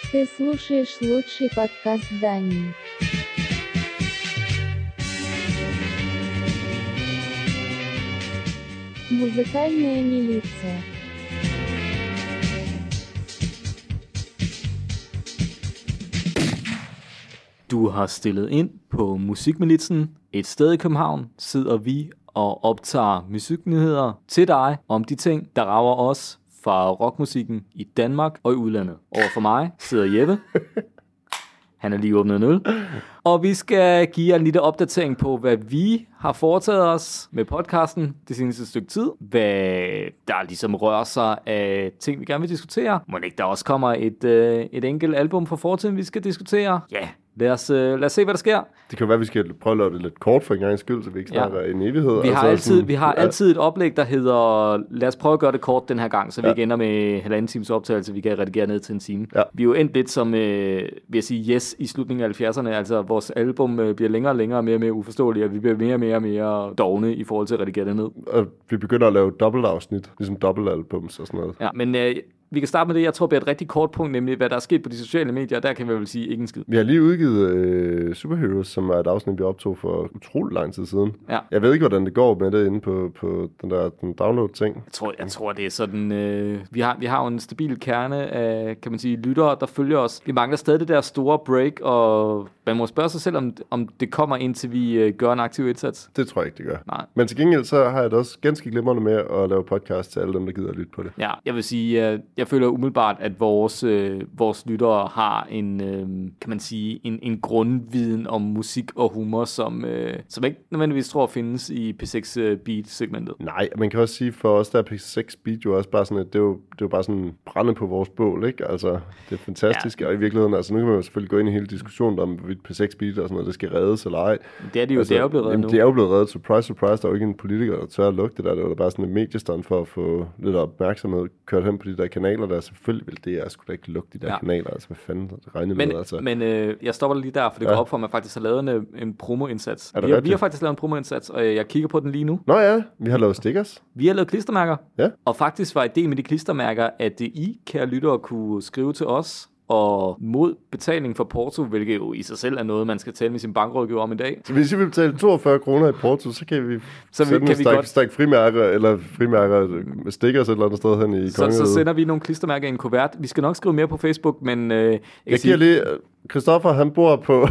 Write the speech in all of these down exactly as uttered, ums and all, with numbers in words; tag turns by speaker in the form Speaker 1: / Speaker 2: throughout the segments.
Speaker 1: Ты слушаешь лучший подкаст Дании. Музыкальная милиция.
Speaker 2: Du har stillet ind på Musikmilitsen. Et sted i København sidder vi og optager musiknyheder til dig om de ting, der rager os fra rockmusikken i Danmark og i udlandet. Overfor mig sidder Jeppe. Han er lige åbnet en øl. Og vi skal give jer en lille opdatering på, hvad vi har foretaget os med podcasten det seneste stykke tid. Hvad der ligesom rører sig af ting, vi gerne vil diskutere. Må ikke der også kommer et, øh, et enkelt album fra fortiden, vi skal diskutere? Ja, lad os, øh, lad os se, hvad der sker.
Speaker 3: Det kan være, at vi skal prøve at lave det lidt kort for en gang skyld, så vi ikke snakker ja. en evighed.
Speaker 2: Vi har,
Speaker 3: altså,
Speaker 2: altid,
Speaker 3: sådan,
Speaker 2: vi har
Speaker 3: ja.
Speaker 2: altid et oplæg, der hedder, lad os prøve at gøre det kort den her gang, så vi
Speaker 3: ja.
Speaker 2: ikke ender med halvanden times optagelse, vi kan redigere ned til en time.
Speaker 3: Ja.
Speaker 2: Vi er jo endt lidt som, øh, vil jeg sige, yes i slutningen af halvfjerdserne, altså vores album øh, bliver længere og længere og mere og mere uforståelige, og vi bliver mere og mere og mere dogne i forhold til at redigere det ned.
Speaker 3: Og vi begynder at lave dobbeltafsnit, ligesom dobbeltalbums og sådan noget.
Speaker 2: Ja, men øh, vi kan starte med det, jeg tror, det er et rigtig kort punkt, nemlig hvad der er sket på de sociale medier, og der kan vi vel sige ikke en skid.
Speaker 3: Vi har lige udgivet øh, Superheroes, som er et afsnit, vi optog for utrolig lang tid siden.
Speaker 2: Ja.
Speaker 3: Jeg ved ikke, hvordan det går med det inde på, på den der den download-ting.
Speaker 2: Jeg tror, jeg tror, det er sådan... Øh, vi, har, vi har jo en stabil kerne af, kan man sige, lyttere, der følger os. Vi mangler stadig det der store break, og man må spørge sig selv, om, om det kommer, indtil vi øh, gør en aktiv indsats.
Speaker 3: Det tror jeg ikke, det gør.
Speaker 2: Nej.
Speaker 3: Men til gengæld, så har jeg det også ganske glimrende med at lave podcast til alle dem, der gider at lytte på det.
Speaker 2: Ja, jeg vil sige, øh, jeg føler umiddelbart, at vores, øh, vores lyttere har en, øh, kan man sige, en, en grundviden om musik og humor, som, øh, som ikke nødvendigvis tror findes i P seks Beat-segmentet.
Speaker 3: Nej, man kan også sige, for os der er P seks Beat jo også bare sådan, at det er jo, det er jo bare sådan brænde på vores bål, ikke? Altså, det er fantastisk, ja. Og i virkeligheden, altså nu kan man jo selvfølgelig gå ind i hele diskussionen om, hvorvidt P seks Beat og sådan noget, det skal reddes eller ej.
Speaker 2: Det er det jo, altså, det er jo blevet reddet nu.
Speaker 3: Det er jo blevet reddet, surprise, surprise, der er jo ikke en politiker, der tør at lukke det der, det var da bare sådan en mediestand for at få lidt opmærksomhed kørt hen på de der kanaler der, selvfølgelig vil det, jeg skulle da ikke lukke de der ja. kanaler, altså hvad fanden det regner
Speaker 2: men,
Speaker 3: med, altså.
Speaker 2: Men øh, jeg stopper lige der, for det ja. går op for, at man faktisk har lavet en, en promo-indsats. Vi har, vi har faktisk lavet en promo-indsats, og jeg kigger på den lige nu.
Speaker 3: Nå ja, vi har lavet stickers.
Speaker 2: Vi har lavet klistermærker,
Speaker 3: ja.
Speaker 2: Og faktisk var ideen med de klistermærker, at det I, kære lyttere, kunne skrive til os, og mod betaling for porto, hvilket jo i sig selv er noget, man skal tale med sin bankrådgiver om i dag.
Speaker 3: Så hvis vi vil betale toogfyrre kroner i porto, så kan vi
Speaker 2: så vi,
Speaker 3: sende
Speaker 2: kan
Speaker 3: en stak, godt... stak frimærker, eller frimærker med stickers et eller andet sted hen i
Speaker 2: så, så sender vi nogle klistermærker i en kuvert. Vi skal nok skrive mere på Facebook, men... Øh, jeg
Speaker 3: jeg
Speaker 2: sige,
Speaker 3: giver lige... Christoffer, han bor på...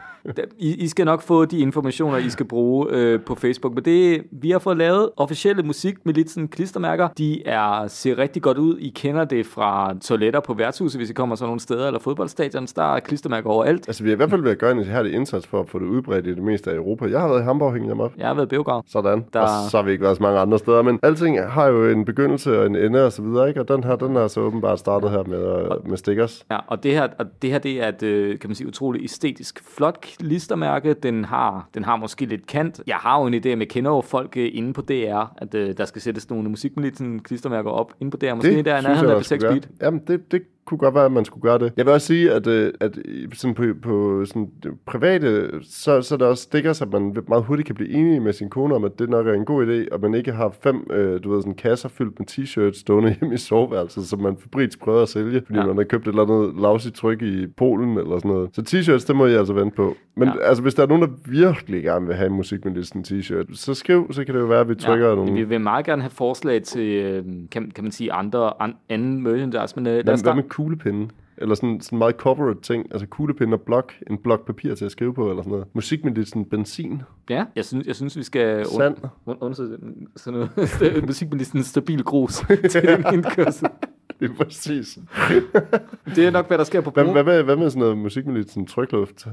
Speaker 2: I, I skal nok få de informationer, I skal bruge øh, på Facebook. Men det, vi har fået lavet officielle Musikmilitsen klistermærker. De er, ser rigtig godt ud. I kender det fra toiletter på værtshuset, hvis I kommer sådan nogle steder, eller fodboldstadions. Der er klistermærker overalt.
Speaker 3: Altså, vi har i hvert fald ved at gøre en herlig indsats for at få det udbredt i det meste af Europa. Jeg har været i Hamburg, hængt dem op.
Speaker 2: Jeg har været i Beograd.
Speaker 3: Sådan.
Speaker 2: Der...
Speaker 3: Og så har vi ikke været så mange andre steder. Men alting har jo en begyndelse og en ende og så videre, ikke? Og den her, den er så åbenbart startet her med, og, med stickers.
Speaker 2: Ja, og det her, og det her, det er et, kan man sige, utroligt æstetisk flot klistermærke. Den har, den har måske lidt kant. Jeg har jo en idé, med kender jo folk inde på D R, at uh, der skal sættes nogle Musikmilitsen klistermærker op inde på D R. Måske
Speaker 3: det
Speaker 2: der er nærheden af P seks Beat.
Speaker 3: Jamen, det, det kunne godt være, at man skulle gøre det. Jeg vil også sige, at, at sådan på, på sådan private, så, så er der også stickers, at man meget hurtigt kan blive enige med sin kone om, at det nok er en god idé, og man ikke har fem, øh, du ved, sådan kasser fyldt med t-shirts stående hjemme i soveværelset, som man febrilsk prøver at sælge, fordi ja. man har købt et eller andet lavsigt tryk i Polen eller sådan noget. Så t-shirts, det må jeg altså vente på. Men ja. altså, hvis der er nogen, der virkelig gerne vil have en Musikmilitsen t-shirt, så skriv, så kan det jo være, at vi trykker ja, nogle...
Speaker 2: Vi vil meget gerne have forslag til, kan, kan man sige, andre, an, anden merchandise, men...
Speaker 3: Hvad, hvad med kuglepinde? Eller sådan sådan meget corporate ting, altså kuglepinde og blok, en blok papir til at skrive på, eller sådan noget. Musikmilitsen benzin.
Speaker 2: Ja, jeg synes, jeg synes vi skal
Speaker 3: Sand.
Speaker 2: Und, undersøge sådan noget Musikmilitsen stabil grus til den indkørsel.
Speaker 3: Det er præcis.
Speaker 2: Det er nok, hvad der sker på
Speaker 3: hvad, hvad, hvad, hvad med sådan noget Musikmilitsen trykluft?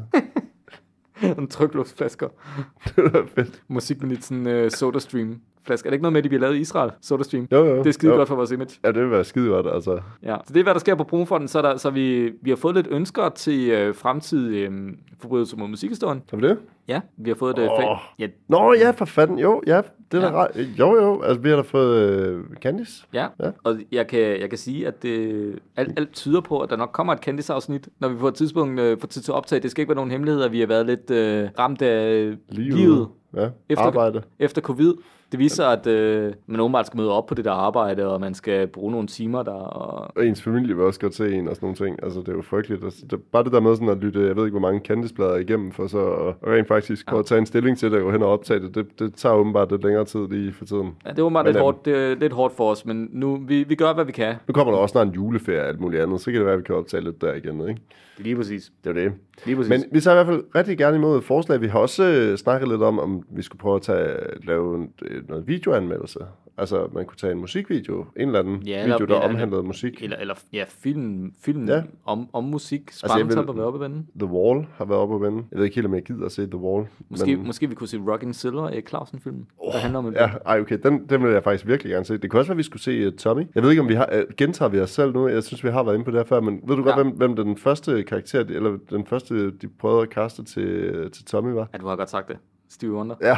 Speaker 2: En trykluftflasker.
Speaker 3: Det er fedt.
Speaker 2: Musikmilitsen uh, SodaStream flasker. Er det ikke noget med, at de bliver lavet i Israel? SodaStream.
Speaker 3: Jo, jo.
Speaker 2: Det er skide
Speaker 3: jo.
Speaker 2: godt for vores image.
Speaker 3: Ja, det vil være skide godt, altså.
Speaker 2: Ja, så det er, hvad der sker på Promofonden. Så, så vi, vi har fået lidt ønsker til øh, fremtidige øh, forbrydelser mod musikhistorien.
Speaker 3: Har vi det?
Speaker 2: Ja, vi har fået det.
Speaker 3: Åh.
Speaker 2: Oh. Ja,
Speaker 3: Nå ja, for fanden. Jo, ja. Det er
Speaker 2: Ja.
Speaker 3: da ret. Jo, jo. Altså, vi har da fået øh, Candice.
Speaker 2: ja.
Speaker 3: Ja.
Speaker 2: Og jeg kan, jeg kan sige, at det, alt, alt tyder på, at der nok kommer et Candice-afsnit, når vi får et tidspunkt øh, får tid til at optage. Det skal ikke være nogen hemmelighed, at vi har været lidt øh, ramt af
Speaker 3: Livet.
Speaker 2: livet
Speaker 3: Ja,
Speaker 2: efter,
Speaker 3: arbejde.
Speaker 2: efter covid. Det viser, at øh, man åbenbart skal møde op på det der arbejde, og man skal bruge nogle timer der. Og...
Speaker 3: Og ens familie vil også godt se en og sådan nogle ting. Altså, det er jo frygteligt. Altså, det, bare det der med sådan at lytte, jeg ved ikke, hvor mange Candice-blader igennem, for så at rent faktisk ja. at tage en stilling til det, og hen og optage det, det, det tager åbenbart lidt længere tid lige for tiden.
Speaker 2: Ja, det var bare lidt hårdt, det er lidt hårdt for os, men nu, vi, vi gør, hvad vi kan.
Speaker 3: Nu kommer der også snart en juleferie og alt muligt andet, så kan det være, at vi kan optage lidt der igen, ikke?
Speaker 2: Lige præcis.
Speaker 3: Det er det.
Speaker 2: Lige præcis.
Speaker 3: Men vi tager i hvert fald rigtig gerne imod et forslag. Vi har også øh, snakket lidt om, om vi skulle prøve at tage, lave en, noget videoanmeldelse. Altså, man kunne tage en musikvideo, en eller anden
Speaker 2: ja,
Speaker 3: video,
Speaker 2: eller,
Speaker 3: der
Speaker 2: eller,
Speaker 3: omhandlede musik.
Speaker 2: Eller, eller ja, film, film
Speaker 3: Ja.
Speaker 2: om, om musik.
Speaker 3: Altså,
Speaker 2: Spartans
Speaker 3: jeg
Speaker 2: har
Speaker 3: vil-
Speaker 2: været oppe i venden.
Speaker 3: The Wall har været oppe at vende. Jeg ved ikke helt, om jeg gider at se The Wall.
Speaker 2: Måske,
Speaker 3: men...
Speaker 2: måske vi kunne se Rockin' Silver, Erik Clausen-filmen, oh, der handler om en
Speaker 3: Ja, ej, okay, den, den vil jeg faktisk virkelig gerne se. Det kunne også være, at vi skulle se uh, Tommy. Jeg ved ikke, om vi har... Uh, gentager vi os selv nu? Jeg synes, vi har været inde på det her før, men ved du godt,
Speaker 2: Ja.
Speaker 3: hvem, hvem den første karakter, eller den første, de prøvede at kaste til, til Tommy var?
Speaker 2: Ja, du har godt sagt det. Stevie Wonder.
Speaker 3: Ja,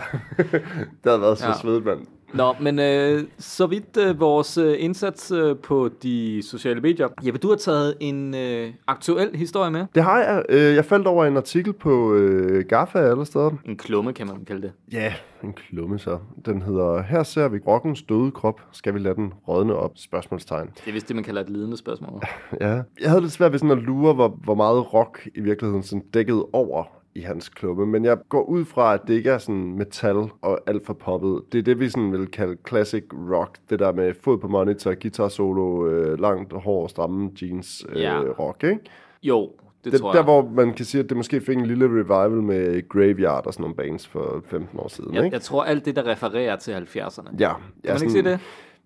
Speaker 3: det havde været så
Speaker 2: Ja.
Speaker 3: svedigt, mand.
Speaker 2: Nå, men øh, så vidt øh, vores øh, indsats øh, på de sociale medier. Jeppe, du har taget en øh, aktuel historie med.
Speaker 3: Det har jeg. Øh, Jeg faldt over en artikel på øh, Gaffa alle steder.
Speaker 2: En klumme, kan man kalde det.
Speaker 3: Ja, en klumme så. Den hedder, her ser vi rockens døde krop. Skal vi lade den rådne op? Spørgsmålstegn.
Speaker 2: Det er vist det, man kalder et ledende spørgsmål.
Speaker 3: Ja. Jeg havde lidt svært ved sådan at lure, hvor, hvor meget rock i virkeligheden sådan dækkede over i hans klumme, men jeg går ud fra, at det ikke er sådan metal og alt for poppet. Det er det, vi sådan vil kalde classic rock. Det der med fod på monitor, guitar solo, øh, langt hår, stramme jeans øh,
Speaker 2: Ja.
Speaker 3: rock, ikke?
Speaker 2: Jo, det,
Speaker 3: Det,
Speaker 2: tror
Speaker 3: der,
Speaker 2: jeg.
Speaker 3: hvor man kan sige, at det måske fik en lille revival med Graveyard og sådan nogle bands for femten år siden,
Speaker 2: Jeg,
Speaker 3: ikke?
Speaker 2: jeg tror alt det, der refererer til halvfjerdserne.
Speaker 3: Ja.
Speaker 2: Kan man ikke sige det?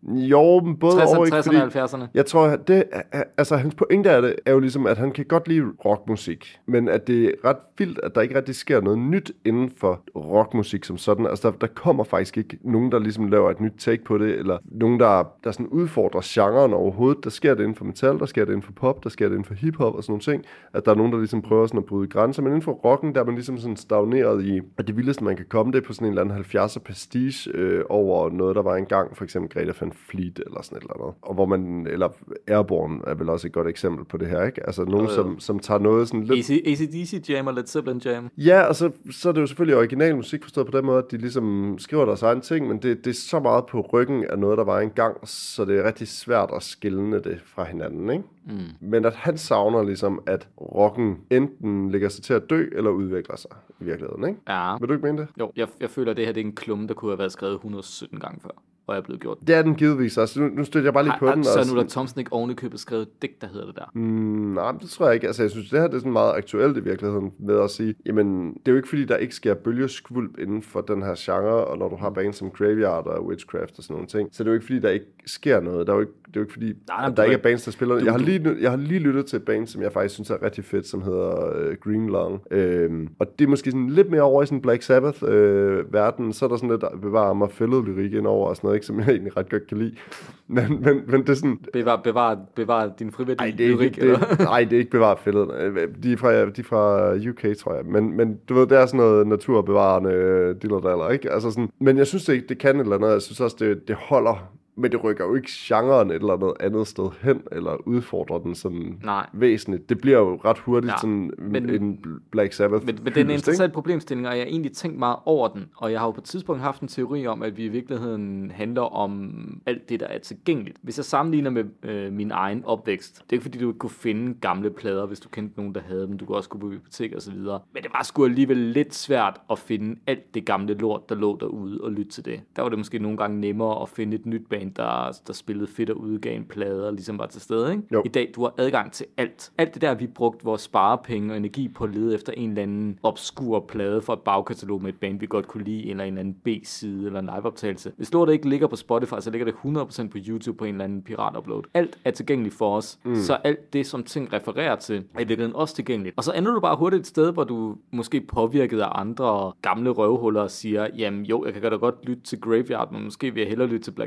Speaker 3: Jo, men både over
Speaker 2: tresserne,
Speaker 3: ikke,
Speaker 2: tresserne
Speaker 3: fordi...
Speaker 2: og halvfjerdserne.
Speaker 3: Jeg tror, at det, altså hans pointe af det er jo ligesom, at han kan godt lide rockmusik, men at det er ret vildt, at der ikke rigtig sker noget nyt inden for rockmusik som sådan. Altså der, der kommer faktisk ikke nogen, der ligesom laver et nyt take på det, eller nogen, der, der sådan udfordrer genren overhovedet. Der sker det inden for metal, der sker det inden for pop, der sker det inden for hiphop og sådan nogle ting. At der er nogen, der ligesom prøver sådan at bryde grænser, men inden for rocken, der er man ligesom sådan stagneret i, at det vildeste, man kan komme, det er på sådan en eller anden halvfjerdser prestige øh, over noget, der var engang, for eksempel Greta Van Fleet eller sådan et eller andet. Og hvor man, eller Airborne er vel også et godt eksempel på det her, ikke? Altså nogen,
Speaker 2: Jo, jo.
Speaker 3: som, som tager noget sådan lidt...
Speaker 2: A C D C Jam og Led Zeppelin Jam.
Speaker 3: Ja, og så, så er det jo selvfølgelig original musik forstået på den måde, at de ligesom skriver deres egen ting, men det, det er så meget på ryggen af noget, der var engang, så det er rigtig svært at skille det fra hinanden, ikke? Mm. Men at han savner ligesom, at rocken enten lægger sig til at dø, eller udvikler sig i virkeligheden, ikke?
Speaker 2: Ja.
Speaker 3: Vil du ikke mene det?
Speaker 2: Jo, jeg, jeg føler, at det her det er en klumme, der kunne have været skrevet et hundrede og sytten gange før, og er blevet gjort.
Speaker 3: Det er den givetvis. Altså, nu, nu støtter jeg bare lige
Speaker 2: Har,
Speaker 3: på
Speaker 2: har
Speaker 3: den.
Speaker 2: Søren
Speaker 3: og
Speaker 2: Ulrik Thomsen ikke ovenikøbet skrevet et digt, der hedder det der?
Speaker 3: Mm, nej, det tror jeg ikke. Altså, jeg synes, det her det er sådan meget aktuelt i virkeligheden med at sige, jamen, det er jo ikke fordi, der ikke sker bølgeskvulp inden for den her genre, og når du har bands som Graveyard og Witchcraft og sådan nogle ting, så det er jo ikke fordi, der ikke sker noget. Der er jo ikke, det er jo ikke fordi,
Speaker 2: nej,
Speaker 3: at der
Speaker 2: du
Speaker 3: ikke
Speaker 2: er-
Speaker 3: er bands, der spiller.
Speaker 2: du-
Speaker 3: Jeg har,
Speaker 2: du-
Speaker 3: lige, jeg har lige lyttet til et band, som jeg faktisk synes er rigtig fedt, som hedder øh, Green Lung. Øhm, og det er måske sådan lidt mere over i sådan Black Sabbath-verden. Øh, så er der sådan lidt bevarer mig fældet lyrik ind over og sådan noget, ikke, som jeg egentlig ret godt kan lide. Men, men, men det er sådan...
Speaker 2: Bevar, bevar, bevar din friværdi.
Speaker 3: Nej, det er ikke,
Speaker 2: lyrik,
Speaker 3: det,
Speaker 2: eller?
Speaker 3: nej, det er ikke bevaret fældet. De er fra, de er fra U K, tror jeg. Men, men du ved, det er sådan noget naturbevarende dillerdaller, ikke? Altså sådan, men jeg synes, det, det kan et eller andet. Jeg synes også, det, det holder. Men det rykker jo ikke genren et eller andet andet sted hen, eller udfordrer den sådan
Speaker 2: Nej.
Speaker 3: væsentligt. Det bliver jo ret hurtigt
Speaker 2: Ja,
Speaker 3: sådan
Speaker 2: men-
Speaker 3: en Black Sabbath.
Speaker 2: Men, men det er en interessant problemstilling, og jeg har egentlig tænkt meget over den. Og jeg har jo på et tidspunkt haft en teori om, at vi i virkeligheden handler om alt det, der er tilgængeligt. Hvis jeg sammenligner med øh, min egen opvækst, det er ikke fordi, du ikke kunne finde gamle plader, hvis du kendte nogen, der havde dem. Du kunne også gå på bibliotek og så videre. Men det var sgu alligevel lidt svært at finde alt det gamle lort, der lå derude og lytte til det. Der var det måske nogle gange nemmere at finde et nyt band, der, der spillede fedt og udgav en plade og ligesom var til stede, ikke?
Speaker 3: Jo.
Speaker 2: I dag, du har adgang til alt. Alt det der, vi brugte vores sparepenge og energi på at lede efter en eller anden obskur plade fra et bagkatalog med et band, vi godt kunne lide, eller en eller anden B-side eller en liveoptagelse. Hvis lortet ikke ligger på Spotify, så ligger det hundrede procent på YouTube på en eller anden pirat-upload. Alt er tilgængeligt for os, mm. så alt det, som ting refererer til, er i virkeligheden også tilgængeligt. Og så ender du bare hurtigt et sted, hvor du måske påvirket af andre gamle røvhuller og siger, jamen jo, jeg kan da godt lytte til Graveyard, men måske vil jeg hellere lytte til Black Sabbath, når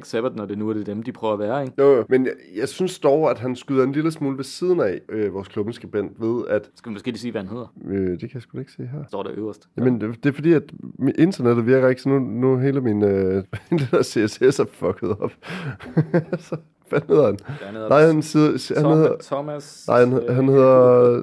Speaker 2: når det nu er det dem, de prøver at være, ikke?
Speaker 3: Jo, jo. Men jeg, jeg synes dog, at han skyder en lille smule ved siden af øh, vores klubbenskribent ved, at...
Speaker 2: Skal vi måske lige sige, hvad han hedder?
Speaker 3: Øh, det kan jeg sgu da ikke se her.
Speaker 2: Står der øverst.
Speaker 3: Jamen, det, det er fordi, at internettet virker ikke, så nu, nu hele min øh, C S S er fucket op. Så, hvad hedder han?
Speaker 2: Han hedder
Speaker 3: Nej, han, sidder, han
Speaker 2: Tom,
Speaker 3: hedder...
Speaker 2: Thomas...
Speaker 3: Nej, han, han hedder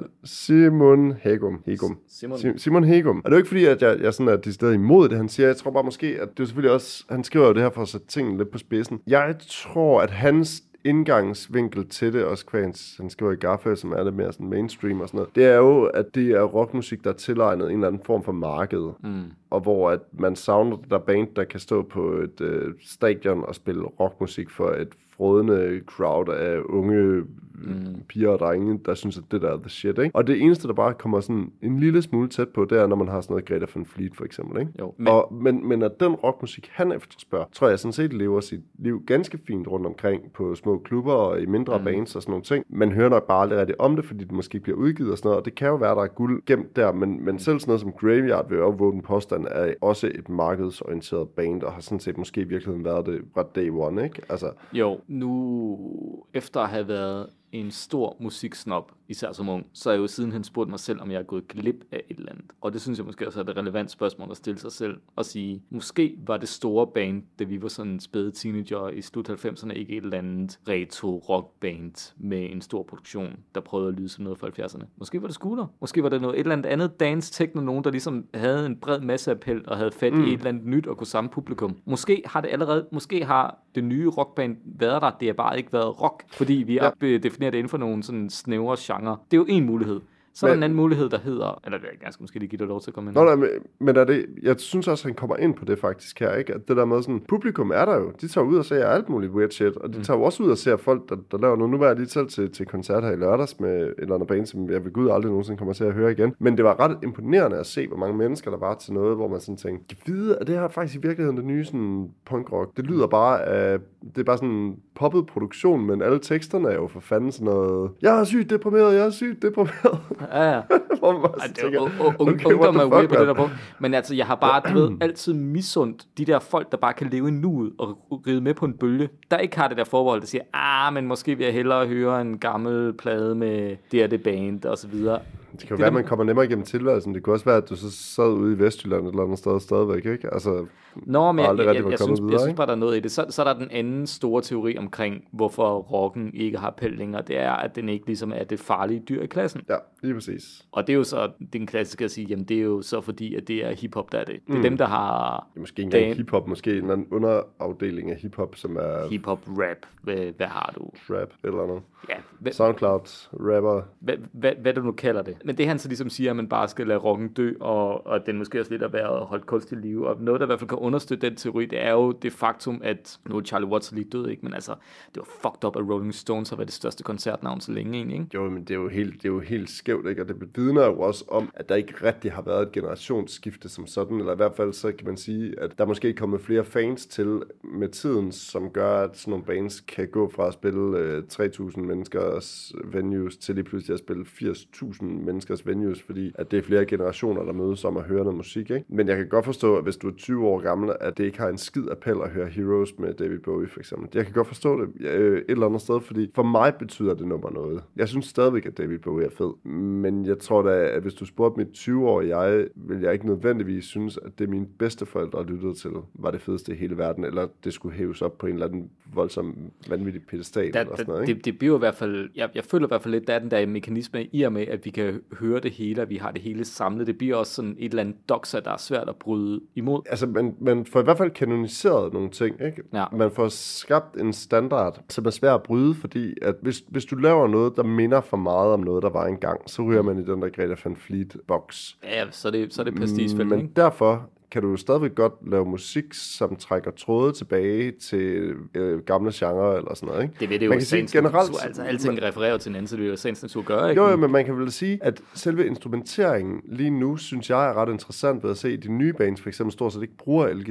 Speaker 3: Simon Hegum. Hegum.
Speaker 2: Simon.
Speaker 3: Sim, Simon Hegum. Og det er jo ikke fordi, at jeg, jeg sådan er decideret imod det, han siger. Jeg tror bare måske, at det er selvfølgelig også... Han skriver jo det her for at sætte tingene lidt på spidsen. Jeg tror, at hans indgangsvinkel til det, også kvæns, han skriver i Gaffa, som er lidt mere sådan mainstream og sådan noget, det er jo, at det er rockmusik, der er tilegnet en eller anden form for marked. Mm. Og hvor at man savner det der band, der kan stå på et øh, stadion og spille rockmusik for et frådende crowd af unge mm. piger og drenge, der synes, at det der er the shit, ikke? Og det eneste, der bare kommer sådan en lille smule tæt på, det er, når man har sådan noget Greta Van Fleet, for eksempel, ikke?
Speaker 2: Jo, men...
Speaker 3: Og, men, men at den rockmusik, han efterspørger, tror jeg sådan set lever sit liv ganske fint rundt omkring på små klubber og i mindre mm. bands og sådan nogle ting. Man hører nok bare aldrig rigtig om det, fordi det måske bliver udgivet og sådan noget, og det kan jo være, der er guld gemt der, men, men selv sådan noget som Graveyard vil jo våge den påstand, er også et markedsorienteret band, og har sådan set måske i virkeligheden været det fra day one, ikke? Altså...
Speaker 2: Jo, nu efter at have været en stor musiksnob, især som ung, så er jeg jo sidenhen spurgt mig selv, om jeg er gået glip af et eller andet. Og det synes jeg måske også er et relevant spørgsmål at stille sig selv og sige, måske var det store band, da vi var sådan spæde teenager i slut halvfemserne, ikke et eller andet retro-rock-band med en stor produktion, der prøvede at lyde som noget fra halvfjerdserne. Måske var det Scooter. Måske var det noget et eller andet andet dance techno, nogen der ligesom havde en bred masseappel og havde fat mm. i et eller andet nyt og kunne samle publikum. Måske har det allerede, måske har det nye rockband været der, det har bare ikke været rock, fordi vi er ja. defineret inden for nogle sådan snævre genre. Det er jo en mulighed. Så er der en anden mulighed, der hedder... Eller jeg skal måske lige give dig lov til at komme ind.
Speaker 3: Nå, nej, men, men er det, jeg synes også, at han kommer ind på det faktisk her, ikke? At det der med sådan... Publikum er der jo. De tager ud og ser alt muligt weird shit. Og de mm. tager jo også ud og ser folk, der, der laver noget. Nu var jeg lige selv til, til koncert her i lørdags med et eller andet band, som jeg ved Gud aldrig nogensinde kommer til at høre igen. Men det var ret imponerende at se, hvor mange mennesker der var til noget, hvor man sådan tænkte, kan vide, at det her er faktisk i virkeligheden det nye sådan punkrock. Det lyder bare af... Det er bare sådan poppet produktion, men alle teksterne er jo for fanden sådan noget... Jeg er sygt deprimeret, jeg er sygt deprimeret.
Speaker 2: Ja, ja. Ungdom er weird på det der punkt. Men altså, jeg har bare, du ved, altid misundt de der folk, der bare kan leve i nuet og ride med på en bølge. Der ikke har det der forbehold, der siger, ah, men måske vil jeg hellere høre en gammel plade med det og det band, og så videre.
Speaker 3: Det kan jo være, at man kommer nemmere igennem tilværelsen. Det kunne også være, at du så sad ude i Vestjylland et eller andet sted stadigvæk, ikke? Altså,
Speaker 2: Nå, men jeg, jeg, jeg, jeg, synes, videre, jeg synes bare, der er noget i det. Så, så er der den anden store teori omkring, hvorfor rocken ikke har appel længere. Det er, at den ikke ligesom er det farlige dyr i klassen.
Speaker 3: Ja, lige præcis.
Speaker 2: Og det er jo så den klassiske at sige, jamen det er jo så fordi, at det er hiphop, der er det. Det er mm. dem, der har...
Speaker 3: Det er måske ikke engang hiphop, måske en anden underafdeling af hiphop, som er...
Speaker 2: Hiphop, rap, hvad, hvad har du?
Speaker 3: Trap, eller noget.
Speaker 2: Ja. Hvad,
Speaker 3: SoundCloud, rapper.
Speaker 2: Hvad, hvad, hvad du nu kalder det. Men det han så ligesom siger, at man bare skal lade rocken dø, og, og den måske også lidt at være holdt kunst i live. Og noget, der i hvert fald kan understøtte den teori, det er jo det faktum, at nu er Charlie Watts lige død, ikke? Men altså, det var fucked up, at Rolling Stones har været det største koncertnavn så længe egentlig, ikke?
Speaker 3: Jo, men det er jo helt, det er jo helt skævt, ikke? Og det vidner jo også om, at der ikke rigtig har været et generationsskifte som sådan, eller i hvert fald så kan man sige, at der måske er kommet flere fans til med tiden, som gør, at sådan nogle bands kan gå fra at spille øh, tre tusind menneskers venues til lige pludselig at spille firs tusind menneskers venues, fordi at det er flere generationer, der mødes om at høre noget musik, ikke? Men jeg kan godt forstå, at hvis du er tyve år gammel, at det ikke har en skid appel at høre Heroes med David Bowie, for eksempel. Jeg kan godt forstå det øh, et eller andet sted, fordi for mig betyder det nummer noget. Jeg synes stadigvæk, at David Bowie er fed, men jeg tror da, at hvis du spurgte mit tyve-årige jeg, vil jeg ikke nødvendigvis synes, at det mine bedsteforældre lyttede til, var det fedeste i hele verden, eller det skulle hæves op på en eller anden voldsom, vanvittig pedestal, eller sådan noget, ikke?
Speaker 2: Det, det bliver i hvert fald, jeg, jeg føler i hvert fald lidt, der er den der mekanisme i og med, at vi kan høre det hele, og vi har det hele samlet. Det bliver også sådan et eller andet doxa, der er svært at bryde imod.
Speaker 3: Altså, man, man får i hvert fald kanoniseret nogle ting, ikke?
Speaker 2: Ja.
Speaker 3: Man får skabt en standard, som er svær at bryde, fordi at hvis, hvis du laver noget, der minder for meget om noget, der var engang, så ryger man i den der Greta Van Fleet-boks.
Speaker 2: Ja, så er det, så er det prestigefældt,
Speaker 3: Men
Speaker 2: ikke?
Speaker 3: derfor kan du stadigvæk godt lave musik, som trækker tråde tilbage til øh, gamle genre eller sådan noget, ikke?
Speaker 2: Det ved det jo sagens generelt. Altså, alting man, refererer til hinanden, så det er jo sagens natur gøre, ikke?
Speaker 3: Jo, jo, men man kan vel sige, at selve instrumenteringen lige nu, synes jeg er ret interessant ved at se, de nye bands for eksempel stort set ikke bruger elgitar.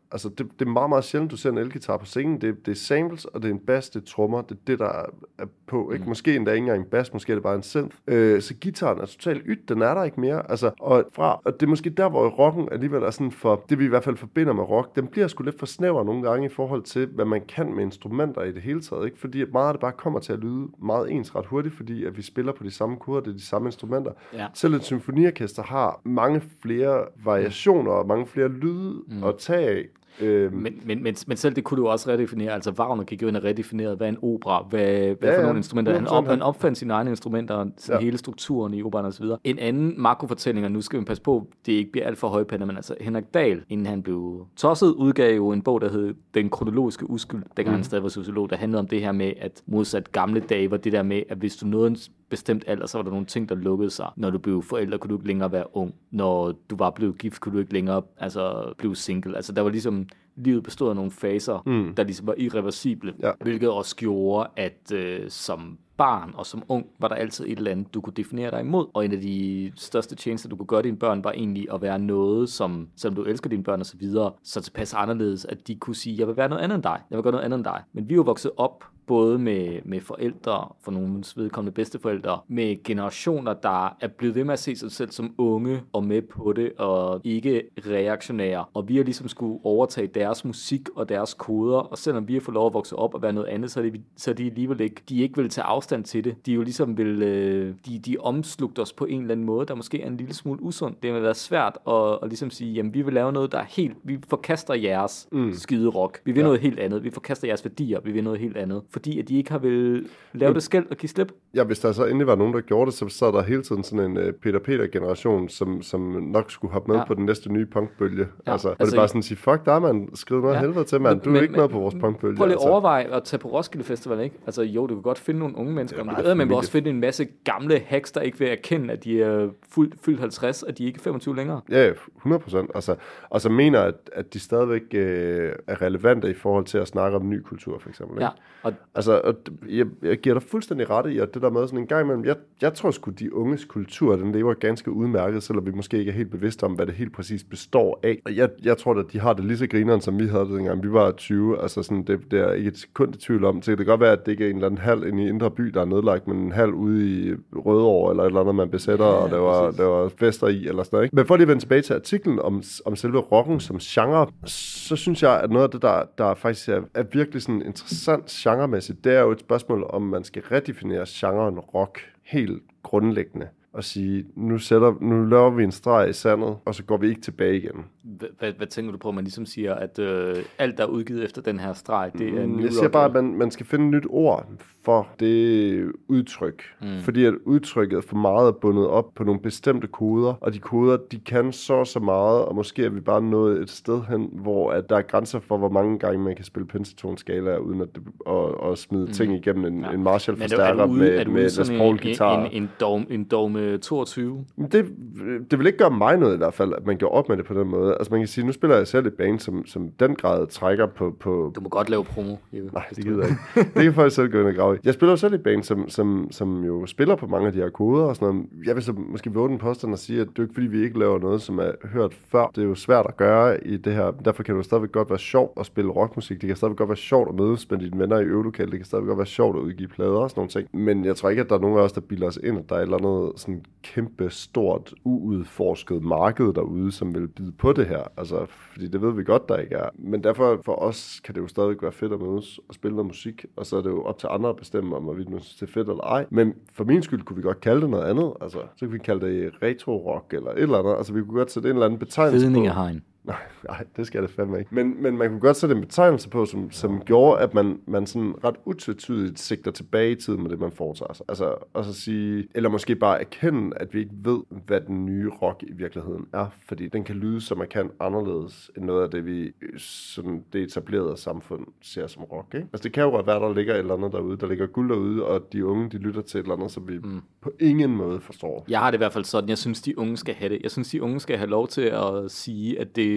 Speaker 3: Altså, det, det er meget, meget sjældent, du ser en elgitar på scenen. Det, det er samples, og det er en bass, det er trommer. Det er det, der er på. Ikke? Mm. Måske endda ikke engang en bass, måske er det bare en synth. Øh, så gitaren er totalt ydt, den er der ikke mere. Altså, og, fra, og det er måske der, hvor rocken alligevel er sådan for, det vi i hvert fald forbinder med rock, den bliver sgu lidt for snæver nogle gange i forhold til, hvad man kan med instrumenter i det hele taget. Ikke? Fordi at meget af det bare kommer til at lyde meget ens ret hurtigt, fordi at vi spiller på de samme koder, det er de samme instrumenter. Ja. Selv et symfoniorkester har mange flere variationer og mange flere lyde mm. at tage af. Øhm.
Speaker 2: Men, men, men, men selv det kunne du også redefinere. Altså Wagner gik jo ind og redefinerede, hvad er en opera, hvad, hvad ja, for ja, nogle instrumenter. Han, op, han opfandt sine egne instrumenter, ja. hele strukturen i operaen og så videre. En anden makrofortælling, og nu skal vi passe på, det ikke bliver alt for højpande, men altså Henrik Dahl, inden han blev tosset, udgav jo en bog, der hed Den kronologiske uskyld, dengang mm. han stadig var sociolog, der handlede om det her med, at modsat gamle dage var det der med, at hvis du nåede en bestemt alder, så var der nogle ting, der lukkede sig. Når du blev forældre, kunne du ikke længere være ung. Når du var blevet gift, kunne du ikke længere altså, blive single. Altså der var ligesom, livet bestod af nogle faser, mm. der ligesom var irreversible, ja. Hvilket også gjorde, at øh, som barn og som ung, var der altid et eller andet, du kunne definere dig imod. Og en af de største tjenester, du kunne gøre dine børn, var egentlig at være noget, som, som du elsker dine børn og så videre, så tilpas anderledes, at de kunne sige, jeg vil være noget andet end dig. Jeg vil gøre noget andet end dig. Men vi er jo vokset op både med, med forældre, for nogens vedkommende bedsteforældre, med generationer, der er blevet ved med at se sig selv som unge og med på det, og ikke reaktionære. Og vi har ligesom skulle overtage deres musik og deres koder, og selvom vi har fået lov at vokse op og være noget andet, så er de, så er de alligevel ikke, de ikke vil tage afstand til det. De jo ligesom vil, de, de omslugte os på en eller anden måde, der måske er en lille smule usund. Det vil være svært at, at ligesom sige, jamen vi vil lave noget, der er helt, vi forkaster jeres mm. skide rock. Vi vil ja. noget helt andet. Vi forkaster jeres værdier. Vi vil noget helt andet. Fordi at de ikke har vil lave det skæld og give slip.
Speaker 3: Ja, hvis der så endelig var nogen, der gjorde det, så sad der hele tiden sådan en uh, Peter Peter-generation, som, som nok skulle hoppe med ja. på den næste nye punkbølge. Ja. Altså, og altså, det er bare sådan at sige, fuck dig, man, skriv noget ja. helvede til, man. Du er men, ikke med på vores punkbølge.
Speaker 2: Prøv lige at
Speaker 3: altså.
Speaker 2: overveje at tage på Roskilde Festival, ikke? Altså jo, du kan godt finde nogle unge mennesker, men du man vil også finde en masse gamle hacks, der ikke vil erkende, at de er fuldt, fyldt halvtreds, og de er ikke femogtyve længere.
Speaker 3: Ja, hundrede procent. Altså, og så mener, at, at de stadigvæk øh, er relevante i forhold til at snakke om ny kultur, for eksempel. Ikke?
Speaker 2: Ja, og
Speaker 3: altså, og jeg, jeg giver dig fuldstændig ret i, at det der med sådan en gang imellem, jeg, jeg tror sgu, de unges kultur, den lever ganske udmærket, selvom vi måske ikke er helt bevidste om, hvad det helt præcis består af. Og jeg, jeg tror, at de har det lige så grineren, som vi havde det, dengang vi var tyve. Altså, sådan, det, det er ikke et sekund i tvivl om. Så det kan godt være, at det ikke er en eller anden hal inde i Indre By, der er nedlagt, men en hal ude i Rødovre, eller et eller andet, man besætter, ja, og der var, der var fester i, eller sådan noget. Ikke? Men for lige at vende tilbage til artiklen om, om selve rocken som genre, så synes jeg, at noget af det, der, der faktisk er, er virkelig sådan interessant genremæssigt, det er jo et spørgsmål, om man skal redefinere genren rock helt grundlæggende. Og sige, nu, sætter, nu laver vi en streg i sandet, og så går vi ikke tilbage igen.
Speaker 2: Hvad, hvad tænker du på, at man ligesom siger, at øh, alt, der er udgivet efter den her streg, det er
Speaker 3: mm, Jeg siger bare, at man, man skal finde et nyt ord for det udtryk. Mm. Fordi at udtrykket er for meget bundet op på nogle bestemte koder, og de koder, de kan så så meget, og måske er vi bare nået et sted hen, hvor at der er grænser for, hvor mange gange man kan spille pentatonskalaer, uden at, det, og, og smide mm. ting igennem en, ja. en Marshall-forstærker med, med Les Paul-guitar.
Speaker 2: En, en, en, en dogme toogtyve?
Speaker 3: Det, det vil ikke gøre mig noget i hvert fald, at man går op med det på den måde. Altså man kan sige, nu spiller jeg selv et band, som, som den grad trækker på, på...
Speaker 2: Du må godt lave promo. Jeppe.
Speaker 3: Nej, det gider jeg ikke. Det kan folk selv gå ind og grave i. Jeg spiller jo selv et band, som, som, som jo spiller på mange af de her koder og sådan noget. Jeg vil så måske våge den påstand og sige, at det er ikke fordi, vi ikke laver noget, som er hørt før. Det er jo svært at gøre i det her. Derfor kan det jo stadigvæk godt være sjovt at spille rockmusik. Det kan stadigvæk godt være sjovt at mødes med dine venner i øvelokale. Det kan stadigvæk godt være sjovt at udgive plader og sådan nogle ting. Men jeg tror ikke, at der er nogen af os, der bilder os ind, at der er et eller andet sådan kæmpe, stort, uudforsket marked derude, som vil bide på det her. Altså, fordi det ved vi godt, der ikke er. Men derfor for os kan det jo stadig være fedt at mødes og spille noget musik, og så er det jo op til andre at bestemme, om vi nu synes, det er fedt eller ej. Men for min skyld kunne vi godt kalde det noget andet. Altså, så kunne vi kalde det retro-rock eller et eller andet. Altså, vi kunne godt sætte en eller anden betegnelse på.
Speaker 2: Fedningehegn.
Speaker 3: Nej, nej, det skal det fandme ikke. Men, men man kunne godt sætte en betegnelse på, som, som gjorde, at man, man sådan ret utvetydigt sigter tilbage i tiden med det, man foretager sig. Altså, og så sige, eller måske bare erkende, at vi ikke ved, hvad den nye rock i virkeligheden er, fordi den kan lyde så markant anderledes, end noget af det, vi sådan det etablerede samfund ser som rock, ikke? Altså, det kan jo godt være, der ligger et eller andet derude, der ligger guld derude, og de unge, de lytter til et eller andet, som vi mm. på ingen måde forstår.
Speaker 2: Jeg har det i hvert fald sådan, jeg synes, de unge skal have det. Jeg synes, de unge skal have lov til at sige, at det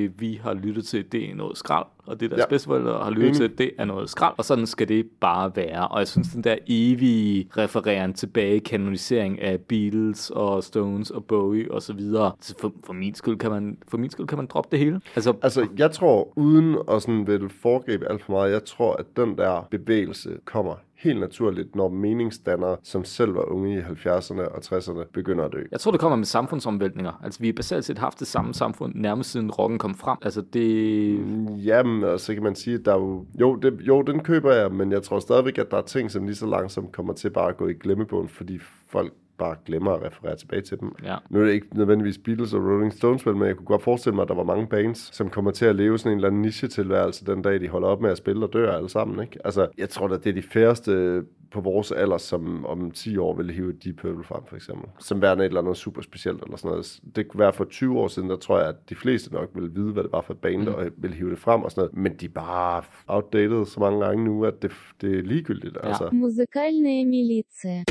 Speaker 2: det, vi har lyttet til, det er noget skrald, og det, deres
Speaker 3: Ja.
Speaker 2: bedsteforældre har lyttet til, det er noget skrald, og sådan skal det bare være. Og jeg synes, den der evige refereren tilbage, kanonisering af Beatles og Stones og Bowie og så videre, så for, for, min skyld kan man, for min skyld kan man droppe det hele. Altså,
Speaker 3: Altså, jeg tror, uden at sådan vil foregribe alt for meget, jeg tror, at den der bevægelse kommer helt naturligt, når meningsdannere, som selv var unge i halvfjerdserne og tresserne, begynder at dø.
Speaker 2: jeg tror, det kommer med samfundsomvæltninger. Altså, vi har basalt set haft det samme samfund, nærmest siden rocken kom frem. Altså, det...
Speaker 3: Jamen, og så kan man sige, at der er jo... Jo, det, jo, den køber jeg, men jeg tror stadigvæk, at der er ting, som lige så langsomt kommer til bare at gå i glemmebogen, fordi folk bare glemmer at referere tilbage til dem.
Speaker 2: Ja.
Speaker 3: Nu er det ikke nødvendigvis Beatles og Rolling Stones, men jeg kunne godt forestille mig, at der var mange bands, som kommer til at leve sådan en eller anden niche-tilværelse den dag, de holder op med at spille og dør alle sammen. Ikke? Altså, jeg tror da, det er de færreste på vores alder, som om ti år ville hive Deep Purple frem, for eksempel. Som værende et eller andet super specielt eller sådan noget. Det kunne være for tyve år siden, der tror jeg, at de fleste nok ville vide, hvad det var for et band, mm. og ville hive det frem og sådan noget. Men de er bare outdated så mange gange nu, at det, det er ligegyldigt.
Speaker 2: Ja.
Speaker 3: Altså.
Speaker 1: Музыкальная милиция.